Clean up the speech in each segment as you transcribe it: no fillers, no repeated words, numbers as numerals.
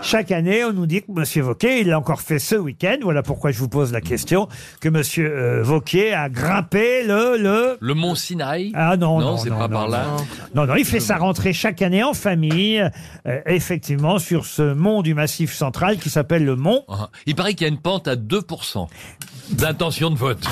Chaque année, on nous dit que M. Wauquiez, il l'a encore fait ce week-end. Voilà pourquoi je vous pose la question, que M. Wauquiez a grimpé Le mont Sinaï. Ah non, non, c'est pas par là. Non, il fait sa rentrée chaque année en famille, effectivement, sur ce mont du Massif central qui s'appelle le Mont. Il paraît qu'il y a une pente à 2% d'intention de vote.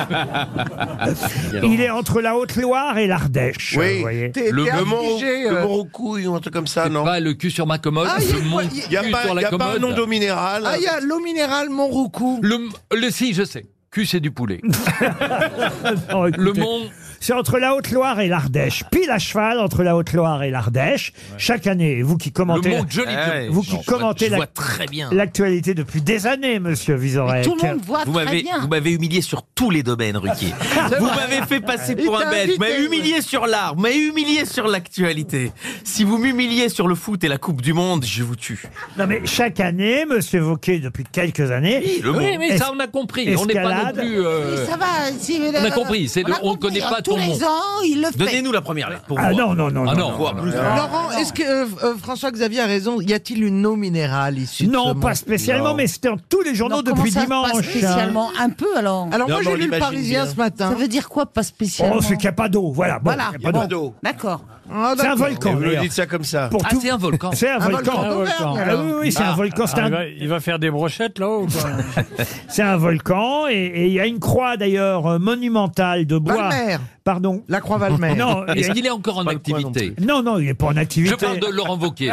Il est entre la Haute-Loire et l'Ardèche. Oui, vous voyez. le Morocco ou un truc comme ça, non? Pas le cul sur ma commode, le mont cul Il n'y a pas un nom d'eau minérale. Ah, il y a l'eau minérale Montroucou. Si, je sais. Cul, c'est du poulet. Non, écoutez, Le mont... c'est entre la Haute-Loire et l'Ardèche, pile à cheval entre la Haute-Loire et l'Ardèche. Chaque année, vous qui commentez, Le mont Jolicoeur. vous qui commentez Je vois très bien. l'actualité depuis des années, Monsieur Vizorek. Tout le monde voit très bien. Vous m'avez humilié sur tous les domaines, Ruquier. Vous m'avez fait passer pour un bête. Vous m'avez humilié sur l'art. Vous m'avez humilié sur l'actualité. Si vous m'humiliez sur le foot et la Coupe du Monde, je vous tue. Non mais chaque année, Monsieur Wauquiez, depuis quelques années, Oui, mais ça, on a compris. On n'est pas non plus... Ça va. On a compris. On ne connaît pas tous ton les monde. ans, il le fait. Donnez-nous la première lettre pour ah voir. non. Laurent, est-ce que François-Xavier a raison? Y a-t-il une eau minérale issue de ce Non, mont? pas spécialement, mais c'était dans tous les journaux depuis dimanche. Pas spécialement. Un peu alors. Alors moi Non, j'ai on lu le l'imagine Parisien bien. ce matin. Ça veut dire quoi, pas spécialement? Oh, c'est qu'il n'y a pas d'eau, voilà. Bon, Voilà. il y a pas d'eau. D'accord. Ah, C'est un d'accord. volcan. Vous le d'ailleurs. dites ça comme ça. Pour Ah, tout- c'est un volcan. C'est un volcan. d'Auvergne, Ah alors. oui, c'est un volcan. Il va faire des brochettes là-haut ou quoi? C'est un volcan et il y a une croix d'ailleurs monumentale de bois. Valmer. Pardon. La Croix-Valmer. Non, il y Est-ce a- qu'il est encore en Pas le coin non activité? non, il n'est pas en activité. Je parle de Laurent Wauquiez.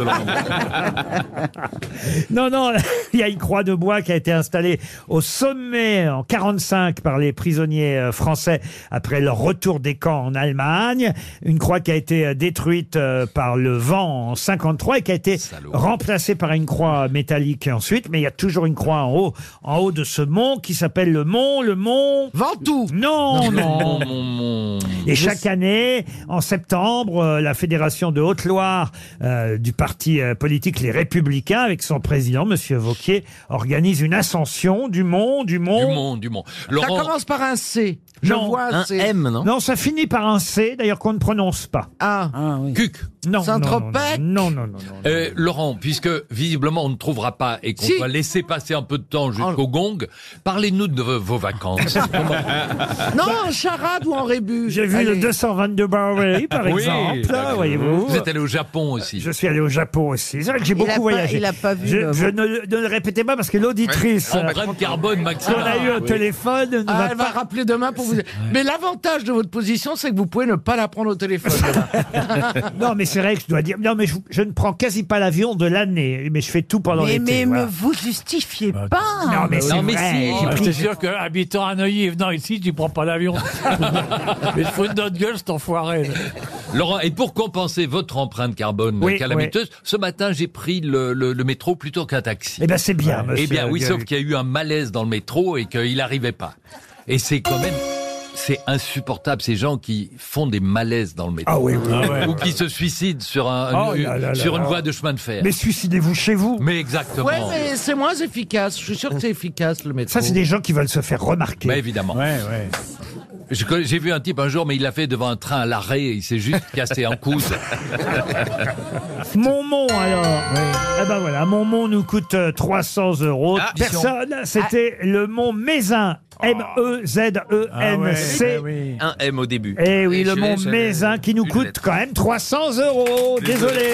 Non, il y a une croix de bois qui a été installée au sommet en 45 par les prisonniers français après leur retour des camps en Allemagne. Une croix qui a été détruite par le vent en 53 et qui a été Salaud. remplacée par une croix métallique ensuite. Mais il y a toujours une croix en haut de ce mont qui s'appelle le mont Ventoux. Non. Mon... Et chaque année, en septembre, la Fédération de Haute-Loire du parti politique Les Républicains, avec son président, Monsieur Wauquiez, organise une ascension du mont. Du mont. Ça Laurent, commence par un C. Je Non. vois un Un C. M, non? Non, ça finit par un C, d'ailleurs qu'on ne prononce pas. Ah. Cuc. Non, Saint-Tropez. non. Laurent, puisque visiblement on ne trouvera pas et qu'on Si. doit laisser passer un peu de temps jusqu'au gong, parlez-nous de vos vacances. Non, en charade ou en rébus. J'ai vu Allez. le 222 Barway, par Oui, exemple, d'accord. voyez-vous. Vous êtes allé au Japon aussi. Je suis allé au Japon aussi. C'est vrai que j'ai beaucoup voyagé. Il a pas vu. Je ne le répétez pas parce que l'auditrice Empreinte carbone qu'on maximum. a eu au téléphone ne Ah, va elle va pas... rappeler demain pour vous. Mais l'avantage de votre position, c'est que vous pouvez ne pas la prendre au téléphone. Non, mais c'est vrai que je dois dire... Non, mais je ne prends quasi pas l'avion de l'année, mais je fais tout pendant l'été. Mais voilà. vous justifiez pas. Non, mais c'est Non, mais vrai. si. J'ai pris- C'est sûr qu'habitant à Neuilly et venant ici, tu prends pas l'avion. Mais il faut une autre gueule, cet enfoiré. là. Laurent, et pour compenser votre empreinte carbone Oui, calamiteuse, ce matin j'ai pris le métro plutôt qu'un taxi. Eh ben c'est bien, monsieur. Eh bien oui, Gueuluc. sauf qu'il y a eu un malaise dans le métro et qu'il n'arrivait pas. Et c'est quand même... C'est insupportable, ces gens qui font des malaises dans le métro. Ah oui. Ou qui se suicident sur, Oh là là sur là une là. voie de chemin de fer. Mais suicidez-vous chez vous. Mais exactement. Ouais, mais c'est moins efficace. Je suis sûr que c'est efficace, le métro. Ça, c'est des gens qui veulent se faire remarquer. Mais évidemment. Ouais. J'ai vu un type un jour, mais il l'a fait devant un train à l'arrêt, et il s'est juste cassé un coude. Montmont, alors. Eh ben voilà, Montmont nous coûte 300 €. Ah, Personne, c'était le Mont Mézin. M-E-Z-E-N-C. Ah ouais, Un M au début. Eh oui, le Mont J'avais Mézin qui nous une coûte lettre. quand même 300 €. Désolé.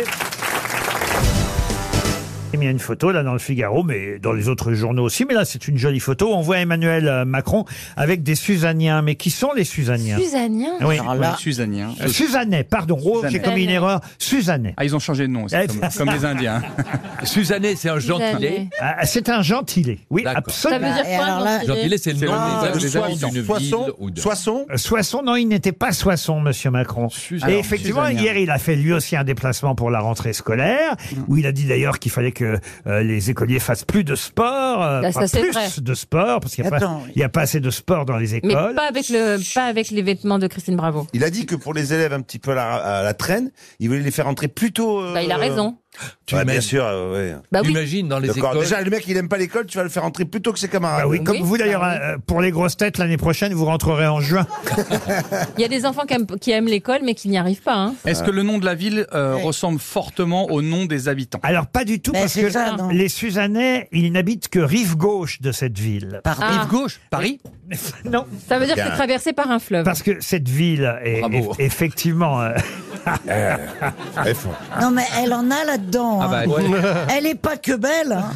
Il y a une photo là dans le Figaro, mais dans les autres journaux aussi. Mais là, c'est une jolie photo. On voit Emmanuel Macron avec des Suzaniens. Mais qui sont les Suzaniens? Suzanien. Oui. Suzanien. Suzanais, pardon. Oh, j'ai commis une erreur. Suzanais. Ah, ils ont changé de nom, Eh, comme les Indiens. Suzanne, c'est un gentilé. Suzanais. Ah, c'est un gentilé. Oui, D'accord. Ça absolument. veut dire quoi, alors là, gentilé Gentilé, c'est le C'est nom le- des des habitants d'une ville ou de... Soissons, non, il n'était pas Soissons, monsieur Macron. Alors, Et effectivement, Suzanien. hier, il a fait lui aussi un déplacement pour la rentrée scolaire, où il a dit d'ailleurs qu'il fallait que les écoliers fassent plus de sport, Là, ça, c'est plus vrai. de sport, parce qu'il n'y a, Attends, il y a pas assez de sport dans les Mais écoles. pas avec les vêtements de Christine Bravo. Il a dit que pour les élèves un petit peu à la traîne, il voulait les faire entrer plus tôt. Bah, il a raison. Bien sûr, ouais. Bah oui. T'imagines dans les D'accord. écoles. Déjà, le mec, il aime pas l'école, tu vas le faire entrer plus tôt que ses camarades. Ah oui, comme Oui. vous d'ailleurs, Ah oui. pour les grosses têtes, l'année prochaine, vous rentrerez en juin. Il y a des enfants qui aiment l'école, mais qui n'y arrivent pas. Hein. Est-ce que le nom de la ville ressemble fortement au nom des habitants? Alors pas du tout, Mais parce c'est que ça, non. les Suzanais, ils n'habitent que rive gauche de cette ville. Pardon. Ah. Gauche, Paris? Non, Ça veut dire que Bien. c'est traversé par un fleuve. parce que cette ville est Bravo. effectivement... Elles font. Non, mais elle en a là-dedans. Ah bah, hein. ouais. Elle est pas que belle. Hein.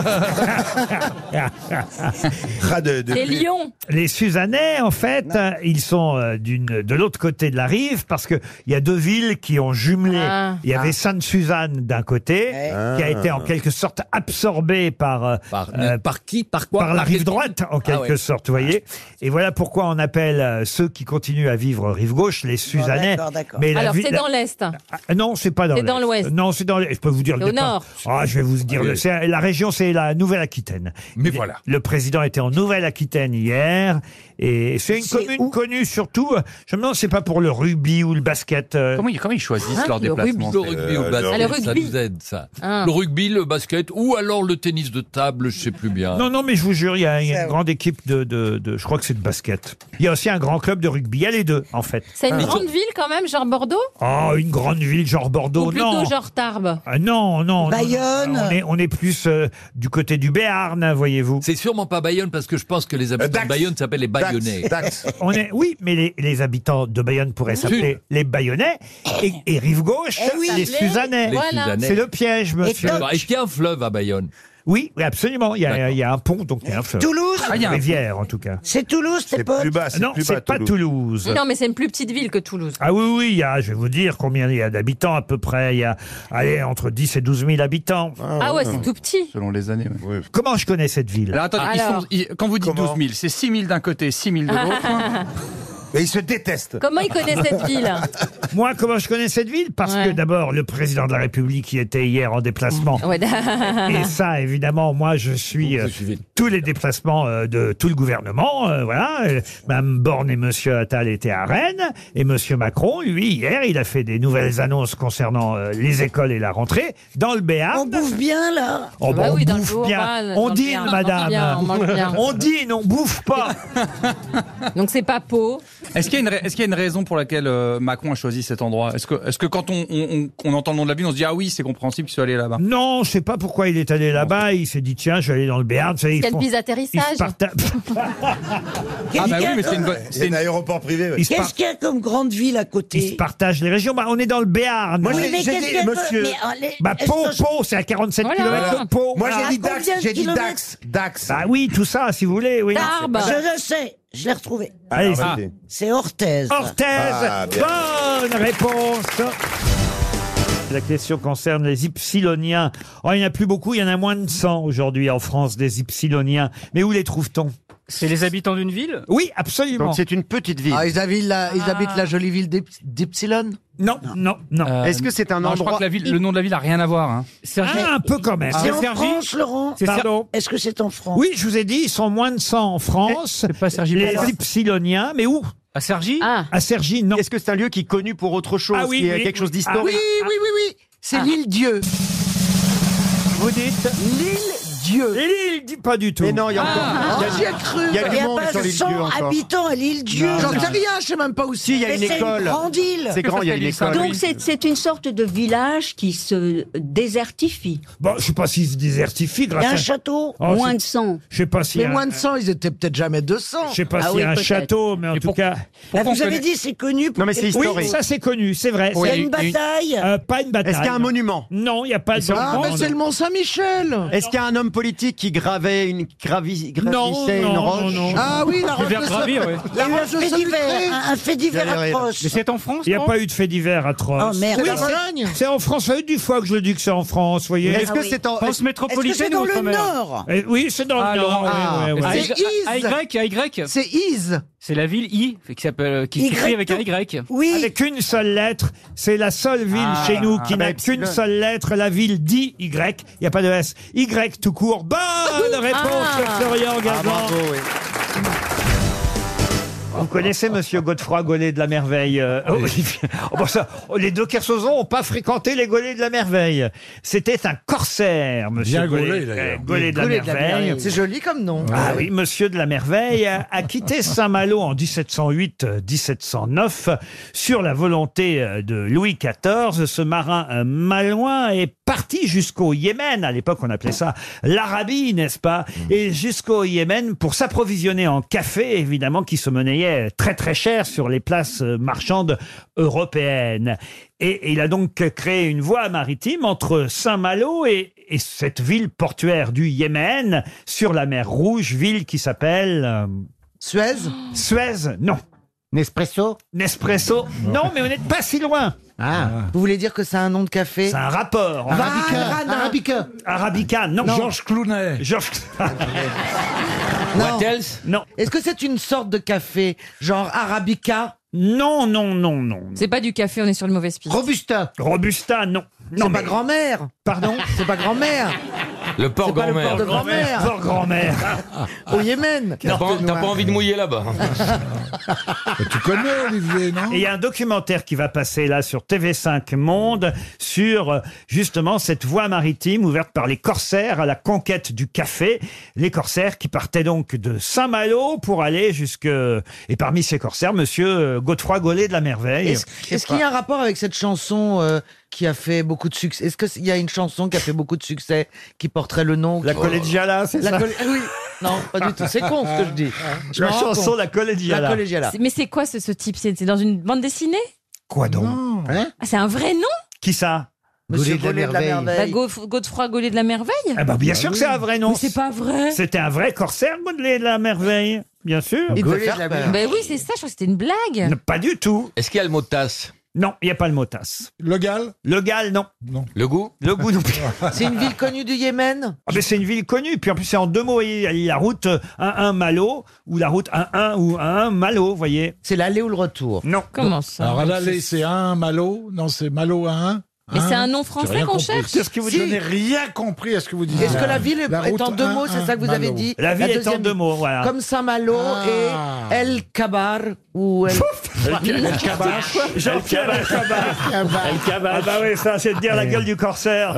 C'est Lyon. Les Suzanais, en fait, ils sont de l'autre côté de la rive, parce que il y a deux villes qui ont jumelé. Ah. Il y avait Sainte-Suzanne d'un côté, qui a été en quelque sorte absorbée par Par qui? Par quoi? par la Par rive quel- droite, en quelque ouais. sorte, vous voyez. Et voilà pourquoi on appelle ceux qui continuent à vivre rive gauche les Suzanais. d'accord. Mais Alors, c'est dans l'Est. Non, c'est pas dans C'est l'Est. dans l'Ouest. Non, c'est dans l'Est. Je peux vous dire C'est le au départ. nord. Ah, je vais vous dire. Oui. La région, c'est la Nouvelle-Aquitaine. Mais voilà. Le président était en Nouvelle-Aquitaine hier. Et c'est une C'est commune où connue surtout. Je me demande, c'est pas pour le rugby ou le basket. Comment ils choisissent Hein, leur le déplacement? Le rugby ou le basket, Ah, le ça rugby. nous aide, ça. Ah. Le rugby, le basket, ou alors le tennis de table, je sais plus bien. Non, non, mais je vous jure, il y a une grande équipe je crois que c'est de basket. Il y a aussi un grand club de rugby. Il y a les deux, en fait. C'est une grande ville quand même, genre Bordeaux? Oh, une grande ville genre Bordeaux, Ou plutôt non. genre Tarbes? Ah, non, non. Bayonne. Non, on est plus du côté du Béarn, voyez-vous. C'est sûrement pas Bayonne, parce que je pense que les habitants Dax. de Bayonne s'appellent les Bayonnais. Dax. Oui, mais les habitants de Bayonne pourraient s'appeler les Bayonnais et rive gauche, oui. les Suzanais. Les Voilà. Suzanais. C'est le piège, monsieur. Et Alors, est-ce qu'il y a un fleuve à Bayonne? Oui, absolument. Il y a un pont, donc il y a un fleuve. Toulouse. Ah, il y a Une un- rivière, en tout cas. C'est Toulouse, tes C'est potes. plus bas, Non, plus c'est bas, pas Toulouse. Non, mais c'est une plus petite ville que Toulouse. Ah oui, oui, je vais vous dire combien il y a d'habitants à peu près. Il y a, entre 10 et 12 000 habitants. Ah ouais, c'est tout petit. Selon les années. Ouais. Comment je connais cette ville? Alors attendez, Alors. quand vous dites Comment 12 000, c'est 6 000 d'un côté, 6 000 de l'autre. Mais ils se détestent. Comment ils connaissent cette ville? Moi, comment je connais cette ville? Parce Ouais. que d'abord, le président de la République y était hier en déplacement. Ouais. Et ça, évidemment, moi, je suis Vous suivez. tous les déplacements de tout le gouvernement. Voilà. Mme Borne et Monsieur Attal étaient à Rennes. Et Monsieur Macron, lui, hier, il a fait des nouvelles annonces concernant les écoles et la rentrée dans le Béarn. On bouffe bien, là. Oh, Bah on oui, dans le bouffe bien. Haut-Rhin, On dans le dîne, Béarn, on madame. mange bien, on mange bien. On dîne, on bouffe pas. Donc c'est pas Pau. Est-ce qu'il y a une raison pour laquelle Macron a choisi cet endroit? Est-ce que quand on entend le nom de la ville, on se dit ah oui, c'est compréhensible qu'il soit allé là-bas? Non, je sais pas pourquoi il est allé là-bas. Il s'est dit tiens, je vais aller dans le Béarn. Vous savez, Il y a une piste ils d'atterrissage. se partagent. Ah bah oui, mais c'est une bonne. C'est un aéroport privé. ouais. Ils se Qu'est-ce qu'il y a comme grande ville à Ils se côté? partagent les régions. Bah, on est dans le Béarn. Moi, Oui, j'ai mais dit, qu'est-ce qu'il y a monsieur. mais, Bah, est-ce Pau, que je- Pau, c'est à 47 Voilà. km de Pau. Moi, Ah, j'ai dit Dax. combien de J'ai dit kilomètres Dax. Dax. Bah oui, tout ça, si vous voulez, oui. Tarbes. Je le sais, je l'ai retrouvé. Allez, Ah, C'est Orthez. Orthez, Ah, bien. bonne réponse. La question concerne les Ypsiloniens. Oh, il n'y en a plus beaucoup, il y en a moins de 100 aujourd'hui en France, des Ypsiloniens. Mais où les trouve-t-on? C'est les habitants d'une ville? Oui, absolument. Donc c'est une petite ville. Ah, ils habitent la jolie ville d'Ypsilon. Non, non, non. Est-ce que c'est un Non, je endroit... crois que le nom de la ville a rien à voir. Hein. Ah, un peu quand même. C'est en Sergi France, Laurent. Pardon. Est-ce que c'est en France? Oui, je vous ai dit, ils sont moins de 100 en France. C'est pas Sergi Les Pontoise. Ypsiloniens, mais où? À Sergi? Ah. À Cergy, non. Est-ce que c'est un lieu qui est connu pour autre chose, Ah oui, qui est oui, quelque chose oui. Oui, d'historique? oui. C'est l'île Dieu. Vous dites? L'île Dieu. Et il dit pas du tout. Mais non, il y a encore... Oh, il y a- j'y ai cru. il y a Il du n'y a monde pas sur l'île 100 Dieu encore. habitants à l'île Dieu. J'en sais rien, je sais même pas où Si, il y a Mais une c'est école. une grande île. C'est grand, il y a une école. Donc, oui. C'est une sorte de village qui se désertifie. Bon, je sais pas s'ils se désertifient Il y grâce a un à... château. Oh, Moins je- de 100. Je sais pas s'il y Mais a... moins de 100, ils étaient peut-être jamais 200. Je sais pas Ah s'il y a oui, un peut-être. château, mais en tout cas... Bah, Pourquoi vous on avez connaît- dit c'est connu pour Non, mais c'est quelque Oui, historique. chose. ça c'est connu, c'est vrai. Il y a C'est- une bataille. Pas une bataille. Est-ce qu'il y a un monument? Non, il n'y a pas de Ah, monument. mais c'est le Mont-Saint-Michel. Est-ce qu'il y a un homme politique qui gravait Non, gravissait une non, roche? non, non. Ah oui, la roche vers de gravir, ouais. Il y a eu un roche de fait Saint-Lucré. divers, un fait divers J'allais rire. atroce. Mais c'est en France, Il n'y a non? pas eu de fait divers atroce. Oh merde. C'est alors la c'est- Pologne. C'est en France, ça fait 10 fois que je le dis que c'est en France, vous voyez. Est-ce Ah que oui. c'est en... France Est-ce que c'est métropolitaine dans ou le outre-mer? Nord? Oui, c'est dans le Nord. Laurent. ouais, ouais, ouais. C'est Ise. À Y? C'est Ise. C'est la ville I, qui s'appelle, qui Y. s'écrit avec un Y. Oui. Avec une seule lettre, c'est la seule ville Ah, chez nous qui ah bah, n'a qu'une Epsilon. seule lettre, la ville dit Y. Il n'y a pas de S. Y tout court. Bonne réponse de Florian Ah, Gazan. bravo, oui. Vous connaissez Monsieur Godefroy Gaulet de la Merveille Olivier les deux Kersozon n'ont pas fréquenté les Gaulets de la Merveille. C'était un corsaire, Monsieur Bien Gaulet, gaulé, d'ailleurs. Gaulet de la Merveille. C'est joli comme nom. Ah oui, Monsieur de la Merveille a quitté Saint-Malo en 1708-1709 sur la volonté de Louis XIV. Ce marin malouin est parti jusqu'au Yémen. À l'époque, on appelait ça l'Arabie, n'est-ce pas? Et jusqu'au Yémen pour s'approvisionner en café, évidemment, qui se monnayait très très cher sur les places marchandes européennes. Et il a donc créé une voie maritime entre Saint-Malo et cette ville portuaire du Yémen, sur la mer Rouge, ville qui s'appelle... Suez. Suez, non. Nespresso. Nespresso, non, mais on n'est pas si loin. Vous voulez dire que c'est un nom de café? C'est un rapport. Arabica. Arabica, non. Georges Clooney. Georges... Non. What else? Non. Est-ce que c'est une sorte de café, genre Arabica? Non, non, non, non. C'est pas du café, on est sur le mauvais piste. Robusta. Robusta, non. C'est pas grand-mère. Pardon? C'est pas grand-mère. Le port C'est pas le port grand-mère. de grand-mère. Fort grand-mère. Au Yémen. T'as pas envie de mouiller là-bas. Tu connais, Olivier, non? Et il y a un documentaire qui va passer là sur TV5 Monde sur justement cette voie maritime ouverte par les corsaires à la conquête du café. Les corsaires qui partaient donc de Saint-Malo pour aller jusque... Et parmi ces corsaires, Monsieur Godefroy Gaulet de la Merveille. Est-ce qu'il y a un rapport avec cette chanson qui a fait beaucoup de succès? Est-ce qu'il y a une chanson qui a fait beaucoup de succès qui porterait le nom? La Collegiala, c'est ça? Oui. Non, pas du tout. C'est con ce que je dis. Je La me rends chanson compte. La Collegiala. La Collegiala. Mais c'est quoi ce type? C'est dans une bande dessinée? Quoi donc? Hein? Ah, c'est un vrai nom? Qui ça? Monsieur Gaulet de la Gaulet de la Merveille. Merveille. Godefroy Gaulet de la Merveille? Ah bah bien sûr que c'est un vrai nom. Mais c'est pas vrai. C'était un vrai corsaire, Gaulet de la Merveille. Bien sûr. Il devait Gaulet faire de la peur. Ben oui, c'est ça, je crois que c'était une blague. Non, pas du tout. Est-ce qu'il y a le mot tasse? Non, il n'y a pas le mot tasse. Le Gall? Le Gal, non. Le goût? Le goût non plus. C'est une ville connue du Yémen. Ah, mais c'est une ville connue, puis en plus c'est en deux mots. Il y a la route 1-1 Malo, ou la route 1-1 ou 1-1 Malo, vous voyez. C'est l'aller ou le retour. Non. Comment ça? Alors, à l'aller, c'est 1 Malo. Non, c'est Malo à 1. Mais c'est un nom J'ai français rien qu'on compris. cherche? C'est ce que vous Je donnez. n'ai rien compris à ce que vous dites. Est-ce que la ville La est route en deux mots? C'est ça que vous avez Malo. dit? La ville est en deuxième deux mots, voilà. Comme Saint-Malo et El Kabar ou El... Jean-Pierre Elkabbach. Ah bah oui, ça c'est de dire la gueule du corsaire.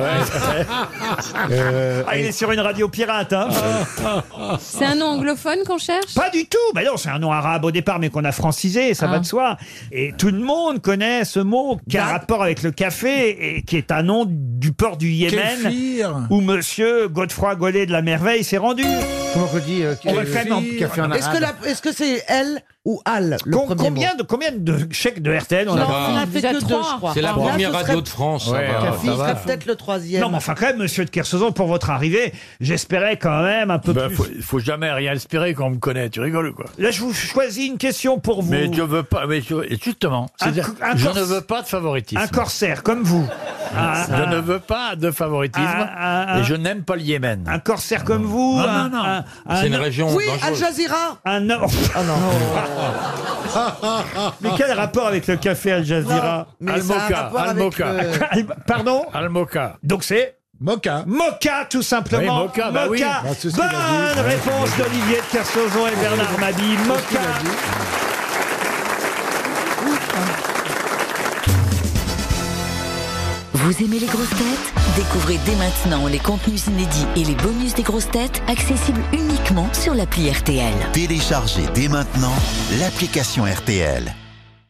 Ah, il est sur une radio pirate, hein. C'est un nom anglophone qu'on cherche? Pas du tout. Mais non, c'est un nom arabe au départ, mais qu'on a francisé, ça va de soi. Et tout le monde connaît ce mot qui a un rapport avec le café et qui est un nom du port du Yémen Kéfir. où Monsieur Godefroy Gaulet de la Merveille s'est rendu. Comment on dit On va faire non. café en arabe? Est-ce que c'est El ou Al, le premier mot? Combien de chèques de RTL on Non, a? on en a fait Déjà que deux, trois. je crois. C'est la Là, première ce radio serait- de France. ça Ouais, va, alors, ça Ce va. serait peut-être le troisième. Non, mais enfin, quand même, Monsieur de Kersozon, pour votre arrivée, j'espérais quand même un peu plus. Faut jamais rien espérer quand on me connaît. Tu rigoles ou quoi? Là, je vous choisis une question pour vous. Mais je veux pas. Mais justement, c'est-à-dire, je corse- ne veux pas de favoritisme. Un corsaire comme vous. Je ne veux pas de favoritisme et je n'aime pas le Yémen. Un corsaire comme vous. Non, non. C'est une région Oui, Al dangereuse. Jazeera. Un homme. Ah non. Mais quel rapport avec le café Al Jazeera? Mais ça a un Al-Moka, rapport avec Al-Moka. le- Pardon? Al-Moka. Donc c'est Moka. Moka, tout simplement. Oui, Moka, bah oui. Bah, c'est ce qu'il a Bonne dit. réponse d'Olivier de Kersozon et Bernard Mabille. Moka. Vous aimez les grosses têtes? Découvrez dès maintenant les contenus inédits et les bonus des grosses têtes accessibles uniquement sur l'appli RTL. Téléchargez dès maintenant l'application RTL.